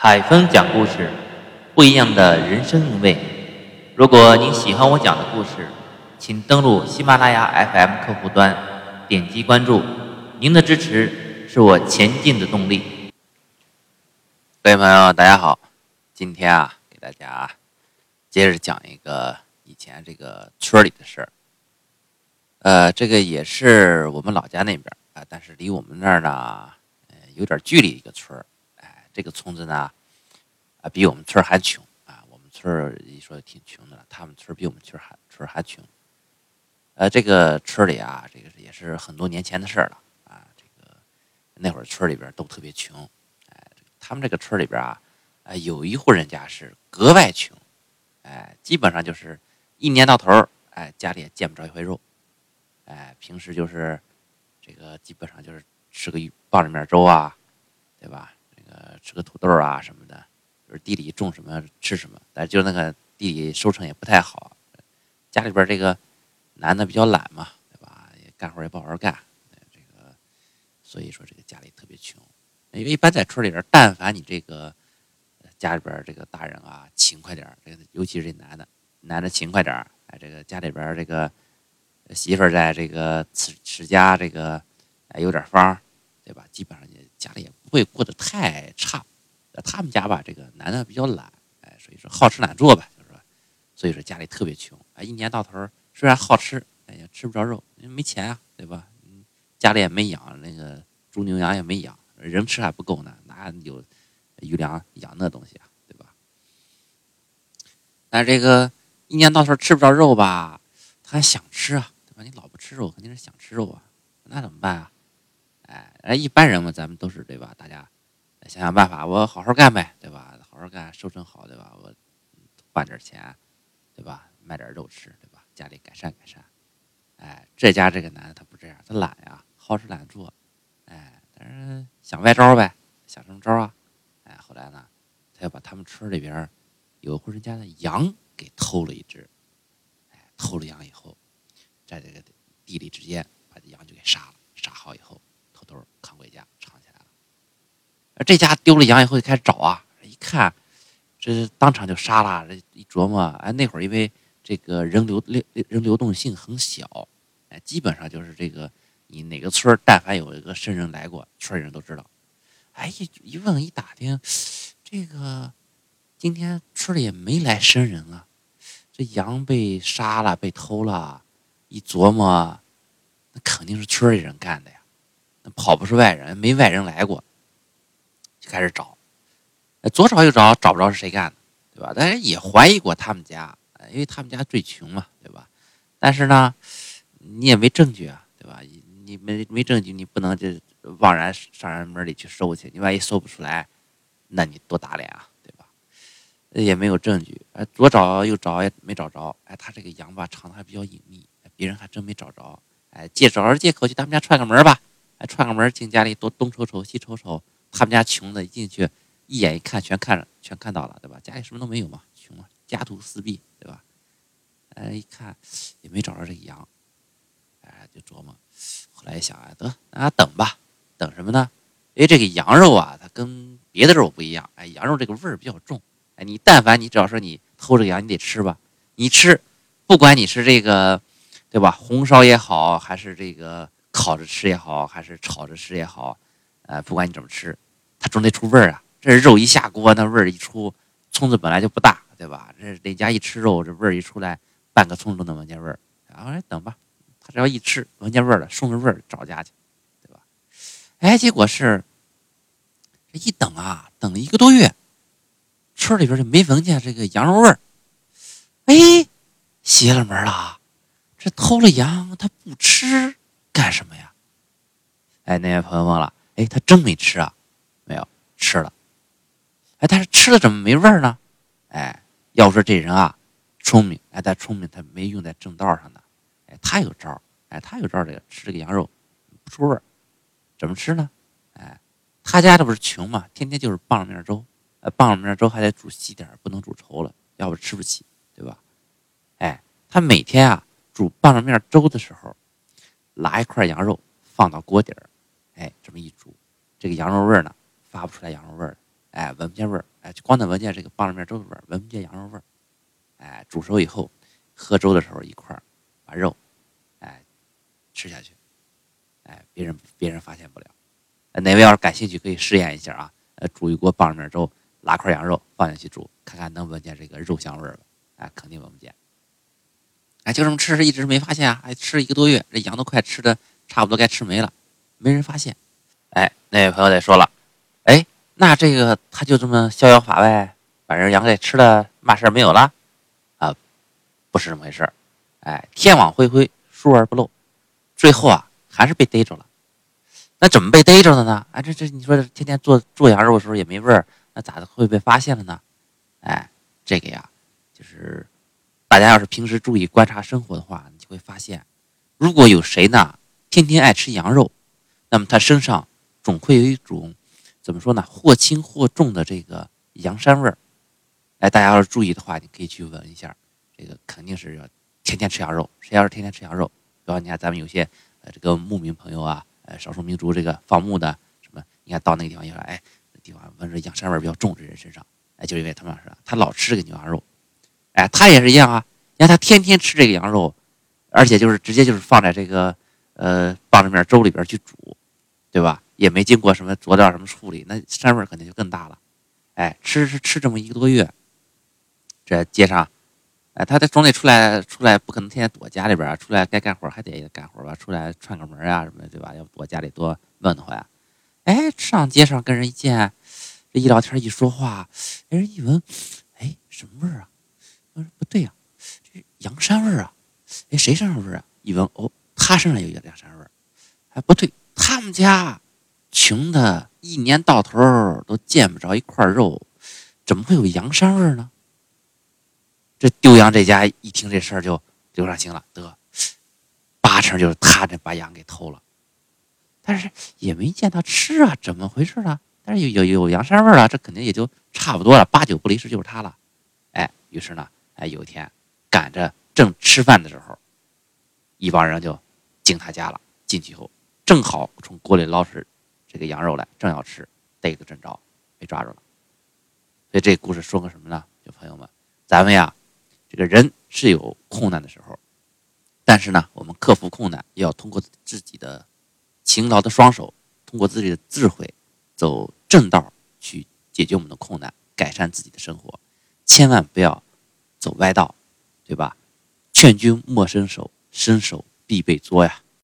海峰讲故事，不一样的人生韵味。如果您喜欢我讲的故事，请登录喜马拉雅 FM 客户端，点击关注。您的支持是我前进的动力。 各位朋友，大家好，今天给大家接着讲一个以前这个村里的事儿。这个也是我们老家那边但是离我们那儿呢，有点距离一个村儿。这个村子呢，比我们村还穷我们村一说挺穷的了，他们村比我们村还穷。这个村里这个也是很多年前的事儿了这个那会儿村里边都特别穷。他们这个村里边有一户人家是格外穷，基本上就是一年到头家里也见不着一回肉，平时就是这个基本上就是吃个棒子面粥对吧？吃个土豆什么的，就是地里种什么吃什么，但是就那个地里收成也不太好。家里边这个男的比较懒嘛，对吧？也干活也不好好干，所以说这个家里特别穷。因为一般在村里边，但凡你这个家里边这个大人勤快点，尤其是这男的勤快点，这个家里边这个媳妇在这个持家这个有点方，对吧？基本上家里也不会过得太差。他们家这个男的比较懒，所以说好吃懒做吧，就是说，所以说家里特别穷一年到头虽然好吃，也吃不着肉，因为没钱对吧？家里也没养那个猪牛羊，也没养，人吃还不够呢，哪有余粮养那东西对吧？但这个一年到头吃不着肉吧，他还想吃对吧？你老不吃肉，肯定是想吃肉那怎么办一般人嘛，咱们都是对吧？大家想想办法，我好好干呗，对吧？好好干，收成好，对吧？我换点钱，对吧？卖点肉吃，对吧？家里改善改善。这家这个男的他不这样，他懒好吃懒做，但是想歪招呗，想什么招后来呢，他要把他们村里边有户人家的羊给偷了一只，偷了羊以后，在这个地里直接把这羊就给杀了，杀好以后，偷偷扛回家藏起来了。这家丢了羊以后就开始找一看，这当场就杀了。这一琢磨，那会儿因为这个人流动性很小，基本上就是这个你哪个村但凡有一个生人来过，村里人都知道。一问一打听，这个今天村里也没来生人这羊被杀了，被偷了，一琢磨，那肯定是村里人干的呀，那跑不是外人，没外人来过，就开始找，左找右找，找不着是谁干的，对吧？但是也怀疑过他们家，因为他们家最穷嘛，对吧？但是呢，你也没证据对吧？你没证据，你不能就妄然上人门里去搜去，你万一搜不出来，那你多打脸对吧？也没有证据，左找右找也没找着，他这个羊藏的还比较隐秘，别人还真没找着，找着借口去他们家串个门吧，串个门进家里多东瞅瞅西瞅瞅，他们家穷的一进去一眼一看全看到了，对吧？家里什么都没有嘛，穷家徒四壁，对吧？一看也没找着这个羊，就琢磨，后来一想得等吧，等什么呢？因为这个羊肉它跟别的肉不一样，羊肉这个味儿比较重，你但凡你只要说你偷这个羊，你得吃吧，你吃，不管你是这个，对吧？红烧也好，还是这个烤着吃也好，还是炒着吃也好，不管你怎么吃，它总得出味儿这肉一下锅，那味儿一出，葱子本来就不大，对吧？这家一吃肉，这味儿一出来，半个葱都能闻见味儿。然后等吧，他只要一吃闻见味儿了，顺着味儿找家去，对吧？结果是这一等等了1个多月，村里边就没闻见这个羊肉味儿。邪了门了这偷了羊他不吃干什么呀？那位朋友问了，他真没吃没有，吃了。但是吃了怎么没味儿呢？要说这人聪明，但聪明他没用在正道上的，他有招，他有招，这个吃这个羊肉不出味儿，怎么吃呢？他家这不是穷嘛，天天就是棒子面粥，棒子面粥还得煮稀点，不能煮稠了，要不吃不起，对吧？他每天煮棒子面粥的时候，拿一块羊肉放到锅底儿，这么一煮，这个羊肉味儿呢发不出来羊肉味儿， 哎，闻不见味儿，哎，就光能闻见这个棒子面粥的味儿，闻不见羊肉味儿。哎，煮熟以后，喝粥的时候一块儿把肉，哎，吃下去，哎，别人发现不了。哪位要是感兴趣，可以试验一下啊。煮一锅棒子面粥，拉块羊肉放进去煮，看看能闻见这个肉香味儿吧？哎，肯定闻不见。哎，就这么吃，一直没发现啊！哎，吃了1个多月，这羊都快吃的差不多该吃没了，没人发现。哎，那位朋友得说了，哎，那这个他就这么逍遥法外，把人羊给吃了，嘛事儿没有了？啊，不是这么回事儿。哎，天网恢恢，疏而不漏，最后啊还是被逮着了。那怎么被逮着的呢？哎，这你说天天做羊肉的时候也没味儿，那咋的会被发现了呢？哎，这个呀，就是大家要是平时注意观察生活的话，你就会发现，如果有谁呢天天爱吃羊肉，那么他身上总会有一种怎么说呢，或轻或重的这个羊膻味儿。哎，大家要是注意的话，你可以去闻一下，这个肯定是要天天吃羊肉。谁要是天天吃羊肉，比方你看咱们有些这个牧民朋友啊，少数民族这个放牧的什么，你看到那个地方一说，哎，这地方闻着羊膻味比较重，这人身上，哎，就因为他们是他老吃这个牛羊肉，哎，他也是一样啊，你看他天天吃这个羊肉，而且就是直接就是放在这个棒子面粥里边去煮，对吧？也没经过什么佐料什么处理，那膻味肯定就更大了。哎，吃这么1个多月，这街上，哎，他总得出来，不可能天天躲家里边啊，出来该干活还得干活吧，出来串个门啊什么，对吧？要躲家里多闷得慌呀。哎，上街上跟人一见，这一聊天一说话，人一闻，哎，什么味儿啊？我说不对呀，这羊膻味儿啊！哎，谁身上味儿啊？一闻，哦，他身上有羊膻味儿。哎，不对，他们家穷的一年到头都见不着一块肉，怎么会有羊膻味儿呢？这丢羊这家一听这事儿就留上心了，得8成就是他这把羊给偷了，但是也没见他吃啊，怎么回事啊？但是有羊膻味儿了，这肯定也就差不多了，8、9不离10就是他了。哎，于是呢，哎，有一天赶着正吃饭的时候，一帮人就进他家了。进去以后，正好从锅里捞出这个羊肉来，正要吃，逮个正着，被抓住了。所以这故事说个什么呢？就朋友们，咱们呀，这个人是有困难的时候，但是呢，我们克服困难也要通过自己的勤劳的双手，通过自己的智慧，走正道去解决我们的困难，改善自己的生活，千万不要走歪道，对吧？劝君莫伸手，伸手必被捉呀。